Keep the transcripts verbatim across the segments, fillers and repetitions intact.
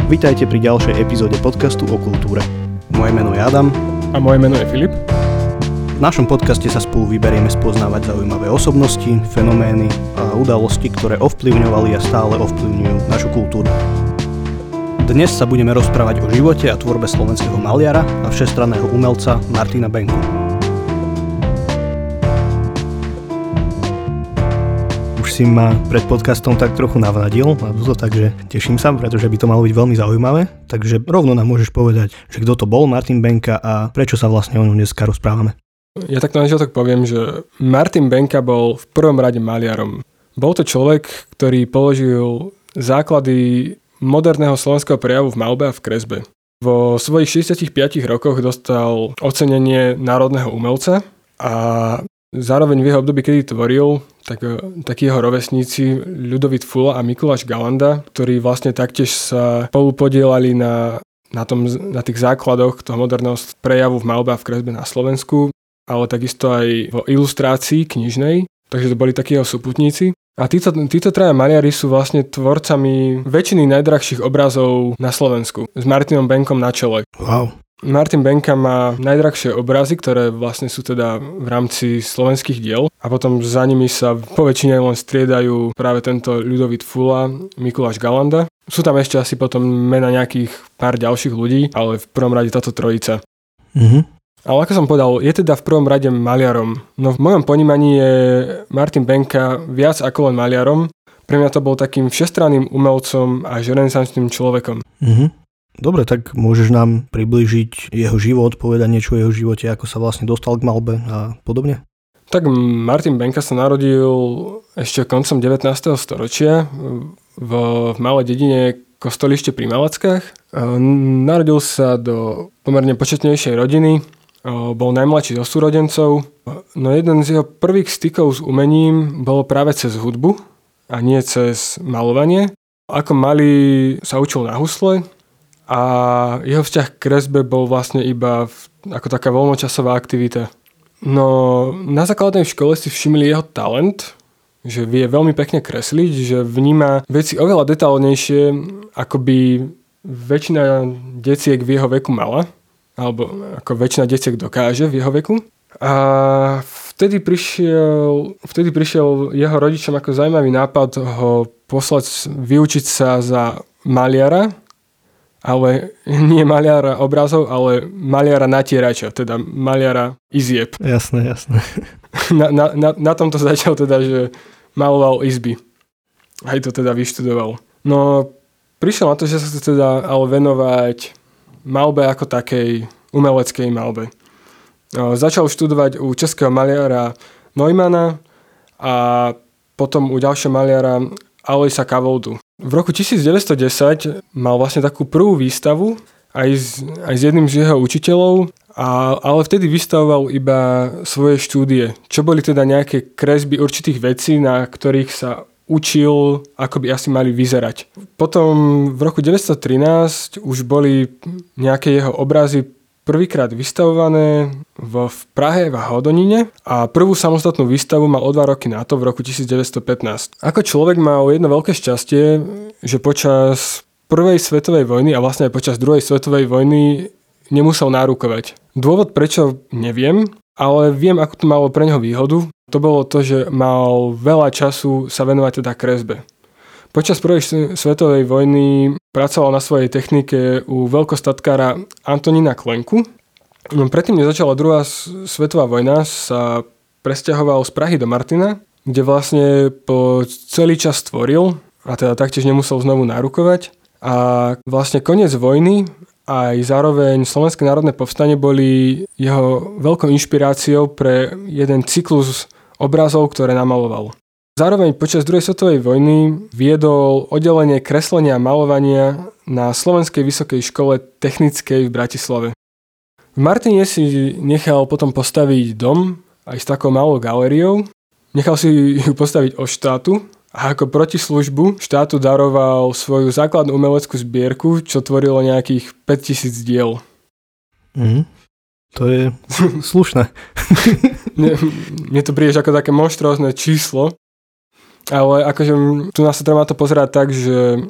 Vítajte pri ďalšej epizóde podcastu o kultúre. Moje meno je Adam. A moje meno je Filip. V našom podcaste sa spolu vyberieme spoznávať zaujímavé osobnosti, fenomény a udalosti, ktoré ovplyvňovali a stále ovplyvňujú našu kultúru. Dnes sa budeme rozprávať o živote a tvorbe slovenského maliara a všestranného umelca Martina Benku. Si ma pred podcastom tak trochu navnadil na to, takže teším sa, pretože by to malo byť veľmi zaujímavé. Takže rovno nám môžeš povedať, že kto to bol Martin Benka a prečo sa vlastne o ňom dneska rozprávame. Ja tak na začiatok poviem, že Martin Benka bol v prvom rade maliarom. Bol to človek, ktorý položil základy moderného slovenského prejavu v maľbe a v kresbe. Vo svojich šesťdesiatich rokoch dostal ocenenie národného umelca a zároveň v jeho období, kedy tvoril, tak takí jeho rovesníci Ľudovít Fula a Mikuláš Galanda, ktorí vlastne taktiež sa spolupodielali na, na, tom, na tých základoch toho moderného prejavu v maľbe a v kresbe na Slovensku, ale takisto aj vo ilustrácii knižnej, takže to boli takí jeho súputníci. A títo, títo traja maliari sú vlastne tvorcami väčšiny najdrahších obrazov na Slovensku, s Martinom Benkom na čele. Wow. Martin Benka má najdrahšie obrazy, ktoré vlastne sú teda v rámci slovenských diel a potom za nimi sa po väčšine len striedajú práve tento Ľudovít Fula, Mikuláš Galanda. Sú tam ešte asi potom mena nejakých pár ďalších ľudí, ale v prvom rade táto trojica. Mhm. Ale ako som povedal, je teda v prvom rade maliarom. No v mojom ponímaní je Martin Benka viac ako len maliarom. Pre mňa to bol takým všestranným umelcom a renesančným človekom. Mhm. Dobre, tak môžeš nám priblížiť jeho život, povedať niečo o jeho živote, ako sa vlastne dostal k maľbe a podobne? Tak Martin Benka sa narodil ešte koncom devätnásteho storočia v malej dedine Kostolište pri Malackách. Narodil sa do pomerne početnejšej rodiny, bol najmladší zo súrodencov. No jeden z jeho prvých stykov s umením bolo práve cez hudbu a nie cez maľovanie. Ako malý sa učil na husle, a jeho vzťah k kresbe bol vlastne iba v, ako taká voľnočasová aktivita. No na základnej škole si všimli jeho talent, že vie veľmi pekne kresliť, že vníma veci oveľa detailnejšie, ako by väčšina deciek v jeho veku mala, alebo ako väčšina deciek dokáže v jeho veku. A vtedy prišiel, vtedy prišiel jeho rodičom ako zaujímavý nápad ho poslať vyučiť sa za maliara, ale nie maliara obrazov, ale maliara natierača, teda maliara izieb. Jasné, jasné. Na, na, na, na tomto začal teda, že maloval izby. Aj to teda vyštudoval. No, prišiel na to, že sa chce teda ale venovať maľbe ako takej umeleckej maľbe. No, začal študovať u českého maliara Neumanna a potom u ďalšieho maliara Aloisa Kavoldu. V roku devätnásťstodesať mal vlastne takú prvú výstavu aj s, aj s jedným z jeho učiteľov, a, ale vtedy vystavoval iba svoje štúdie, čo boli teda nejaké kresby určitých vecí, na ktorých sa učil, ako by asi mali vyzerať. Potom v roku devätnásťstotrinásť už boli nejaké jeho obrazy prvýkrát vystavované v Prahe v Hodonine a prvú samostatnú výstavu mal o dva roky na to v roku devätnásťstopätnásť. Ako človek mal jedno veľké šťastie, že počas prvej svetovej vojny a vlastne aj počas druhej svetovej vojny nemusel nárukovať. Dôvod prečo neviem, ale viem, ako to malo pre neho výhodu. To bolo to, že mal veľa času sa venovať teda kresbe. Počas prvej svetovej vojny pracoval na svojej technike u veľkostatkára Antonína Klenku. Predtým, než začala druhá svetová vojna, sa presťahoval z Prahy do Martina, kde vlastne po celý čas tvoril a teda taktiež nemusel znovu nárukovať. A vlastne koniec vojny aj zároveň Slovenské národné povstanie boli jeho veľkou inšpiráciou pre jeden cyklus obrazov, ktoré namaloval. Zároveň počas druhej svetovej vojny viedol oddelenie kreslenia a maľovania na Slovenskej vysokej škole technickej v Bratislave. V Martine si nechal potom postaviť dom aj s takou malou galériou. Nechal si ju postaviť od štátu a ako protislužbu štátu daroval svoju základnú umeleckú zbierku, čo tvorilo nejakých päťtisíc diel. Mm, to je slušné. mne, mne to príde ako také monštrózne číslo. Ale akože tu nás sa treba to pozerať tak, že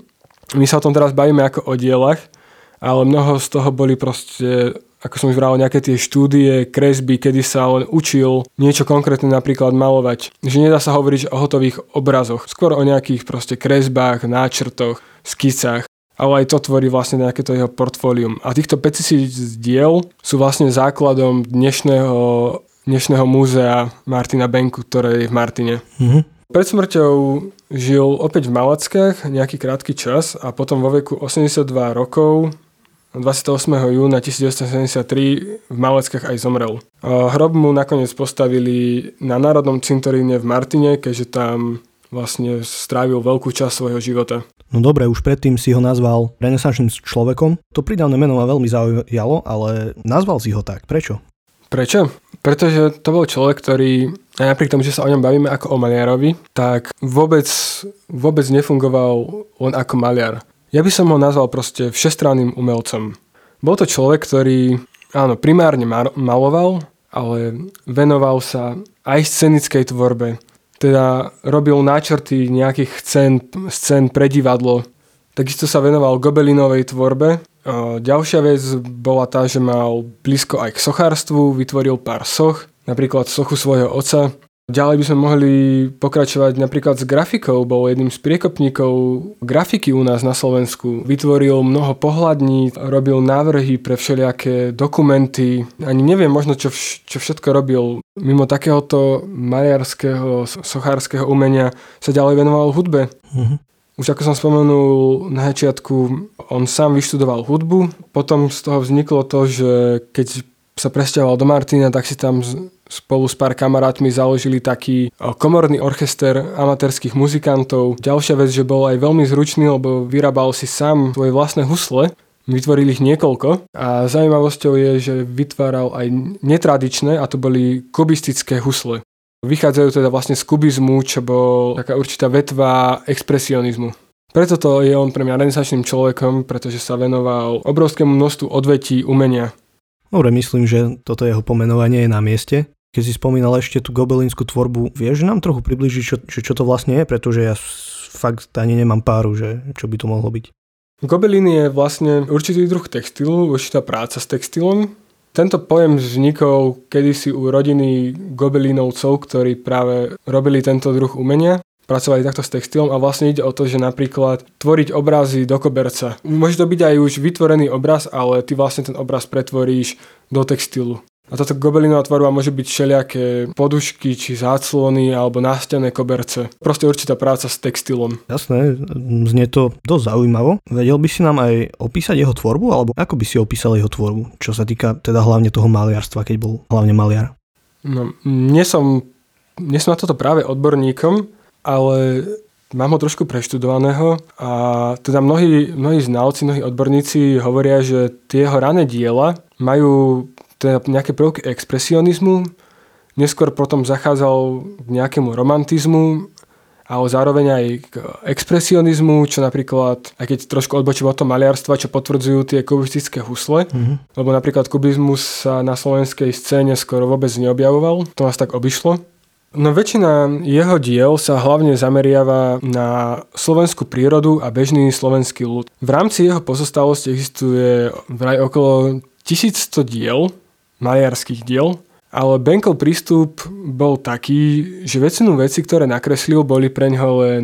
My sa o tom teraz bavíme ako o dielach, ale mnoho z toho boli proste, ako som už vral, nejaké tie štúdie, kresby, kedy sa on učil niečo konkrétne napríklad malovať. Že nedá sa hovoriť o hotových obrazoch, skôr o nejakých proste kresbách, náčrtoch, skicách. Ale aj to tvorí vlastne nejaké to jeho portfólium. A týchto päťtisíc diel sú vlastne základom dnešného, dnešného múzea Martina Benku, ktoré je v Martine. Mm-hmm. Pred smrťou žil opäť v Malackách nejaký krátky čas a potom vo veku osemdesiatdva rokov dvadsiateho ôsmeho júna tisícdeväťstosedemdesiattri v Malackách aj zomrel. A hrob mu nakoniec postavili na Národnom cintoríne v Martine, keďže tam vlastne strávil veľkú časť svojho života. No dobre, už predtým si ho nazval renesančným človekom. To pridávne meno ma veľmi zaujalo, ale nazval si ho tak. Prečo? Prečo? Pretože to bol človek, ktorý, aj napriek tomu, že sa o ňom bavíme ako o maliarovi, tak vôbec, vôbec nefungoval len ako maliar. Ja by som ho nazval proste všestranným umelcom. Bol to človek, ktorý, áno, primárne maloval, ale venoval sa aj scenickej tvorbe. Teda robil náčrty nejakých scén, scén pre divadlo. Takisto sa venoval gobelinovej tvorbe. Ďalšia vec bola tá, že mal blízko aj k sochárstvu, vytvoril pár soch, napríklad sochu svojho otca. Ďalej by sme mohli pokračovať napríklad s grafikou, bol jedným z priekopníkov grafiky u nás na Slovensku. Vytvoril mnoho pohľadní, robil návrhy pre všelijaké dokumenty. Ani neviem možno, čo, vš- čo všetko robil. Mimo takéhoto maliarského, sochárskeho umenia sa ďalej venoval hudbe. Mhm. Už ako som spomenul na začiatku, on sám vyštudoval hudbu. Potom z toho vzniklo to, že keď sa presťahoval do Martina, tak si tam spolu s pár kamarátmi založili taký komorný orchester amatérskych muzikantov. Ďalšia vec, že bol aj veľmi zručný, lebo vyrábal si sám svoje vlastné husle. Vytvoril ich niekoľko. A zaujímavosťou je, že vytváral aj netradičné, a to boli kubistické husle. Vychádzajú teda vlastne z kubizmu, čo bol taká určitá vetva expresionizmu. Preto to je on pre mňa renesančným človekom, pretože sa venoval obrovskému množstvu odvetí umenia. Dobre, myslím, že toto jeho pomenovanie je na mieste. Keď si spomínal ešte tú gobelínsku tvorbu, vieš nám trochu približiť, čo, čo to vlastne je? Pretože ja fakt ani nemám páru, že čo by to mohlo byť. Gobelín je vlastne určitý druh textilu, určitá práca s textilom. Tento pojem vznikol kedysi u rodiny gobelínovcov, ktorí práve robili tento druh umenia. Pracovali takto s textilom a vlastne ide o to, že napríklad tvoriť obrazy do koberca. Môže to byť aj už vytvorený obraz, ale ty vlastne ten obraz pretvoríš do textilu. A táto gobelinová tvorba môže byť všelijaké podušky, či záclony, alebo nástené koberce. Proste určitá práca s textilom. Jasné, znie to dosť zaujímavo. Vedel by si nám aj opísať jeho tvorbu, alebo ako by si opísal jeho tvorbu? Čo sa týka teda hlavne toho maliarstva, keď bol hlavne maliar. No, nie som, nie som na toto práve odborníkom, ale mám ho trošku preštudovaného a teda mnohí, mnohí znalci, mnohí odborníci hovoria, že tie jeho rané diela majú teda nejaké prvky expresionizmu, neskôr potom zachádzal k nejakému romantizmu, ale zároveň aj k expresionizmu, čo napríklad, aj keď trošku odbočím od toho maliarstva, čo potvrdzujú tie kubistické husle, mm-hmm. lebo napríklad kubizmus sa na slovenskej scéne skoro vôbec neobjavoval, to nás tak obišlo. No väčšina jeho diel sa hlavne zameriava na slovenskú prírodu a bežný slovenský ľud. V rámci jeho pozostalosti existuje vraj okolo tisícsto diel, maliarských diel, ale Benkov prístup bol taký, že väčšinu vecí, ktoré nakreslil, boli preňho len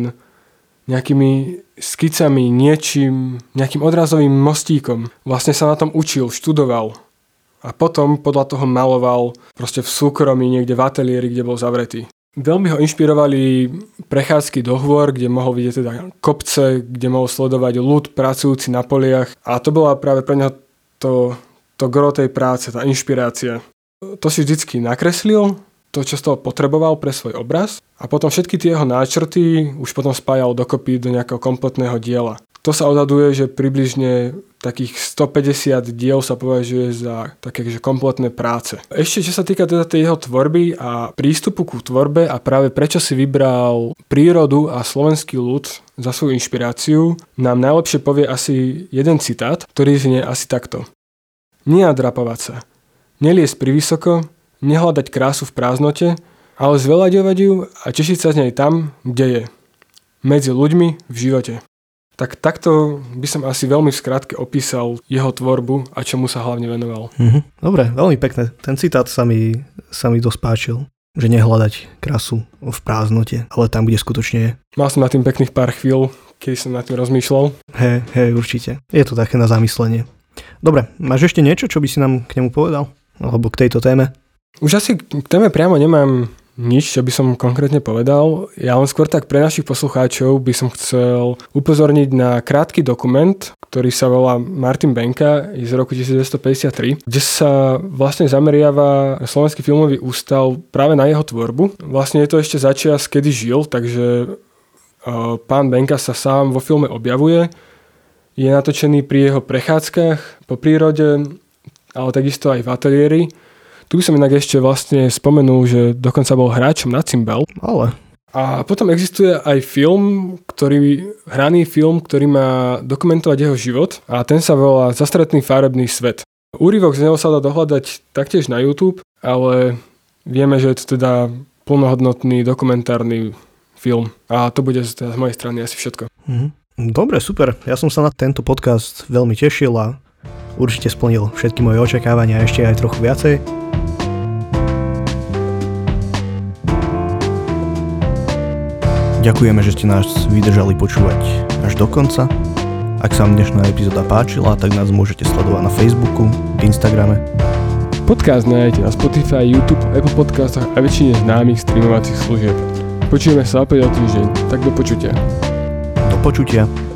nejakými skicami, niečím, nejakým odrazovým mostíkom. Vlastne sa na tom učil, študoval. A potom podľa toho maloval proste v súkromí, niekde v ateliéri, kde bol zavretý. Veľmi ho inšpirovali prechádzky do hôr, kde mohol vidieť teda kopce, kde mohol sledovať ľud pracujúci na poliach. A to bola práve pre neho to, to gro tej práce, tá inšpirácia. To si vždycky nakreslil, to, čo z toho potreboval pre svoj obraz, a potom všetky tie jeho náčrty už potom spájal dokopy do nejakého kompletného diela. To sa odhaduje, že približne takých stopäťdesiat diel sa považuje za také že kompletné práce. Ešte čo sa týka teda tej jeho tvorby a prístupu ku tvorbe a práve prečo si vybral prírodu a slovenský ľud za svoju inšpiráciu, nám najlepšie povie asi jeden citát, ktorý znie asi takto. Nenadrapovať sa, neliesť privysoko, nehľadať krásu v prázdnote, ale zveľaďovať ju a tešiť sa z nej tam, kde je. Medzi ľuďmi v živote. Tak takto by som asi veľmi v skratke opísal jeho tvorbu a čomu sa hlavne venoval. Mhm. Dobre, veľmi pekné. Ten citát sa mi, sa mi dosť páčil. Že nehľadať krásu v prázdnote, ale tam, kde skutočne je. Mal som na tým pekných pár chvíľ, keď som nad tým rozmýšľal. Hej, hej, určite. Je to také na zamyslenie. Dobre, máš ešte niečo, čo by si nám k nemu povedal? Alebo k tejto téme? Už asi k téme priamo nemám nič, čo by som konkrétne povedal. Ja len skôr tak pre našich poslucháčov by som chcel upozorniť na krátky dokument, ktorý sa volá Martin Benka z roku devätnásťstopäťdesiattri, kde sa vlastne zameriava Slovenský filmový ústav práve na jeho tvorbu. Vlastne je to ešte začias, kedy žil, takže uh, pán Benka sa sám vo filme objavuje. Je natočený pri jeho prechádzkach po prírode, ale takisto aj v ateliéri. Tu by som inak ešte vlastne spomenul, že dokonca bol hráčom na cimbal. Ale. A potom existuje aj film, ktorý, hraný film, ktorý má dokumentovať jeho život a ten sa volá Zastretný farebný svet. Úryvok z neho sa dá dohľadať taktiež na YouTube, ale vieme, že je to teda plnohodnotný dokumentárny film. A to bude teda z mojej strany asi všetko. Mhm. Dobre, super. Ja som sa na tento podcast veľmi tešil a určite splnil všetky moje očakávania a ešte aj trochu viacej. Ďakujeme, že ste nás vydržali počúvať až do konca. Ak sa vám dnešná epizóda páčila, tak nás môžete sledovať na Facebooku, Instagrame. Podcast nájdete na Spotify, YouTube, Apple Podcastoch a väčšine známych streamovacích služieb. Počujeme sa opäť o týždeň, tak do počutia. Do počutia.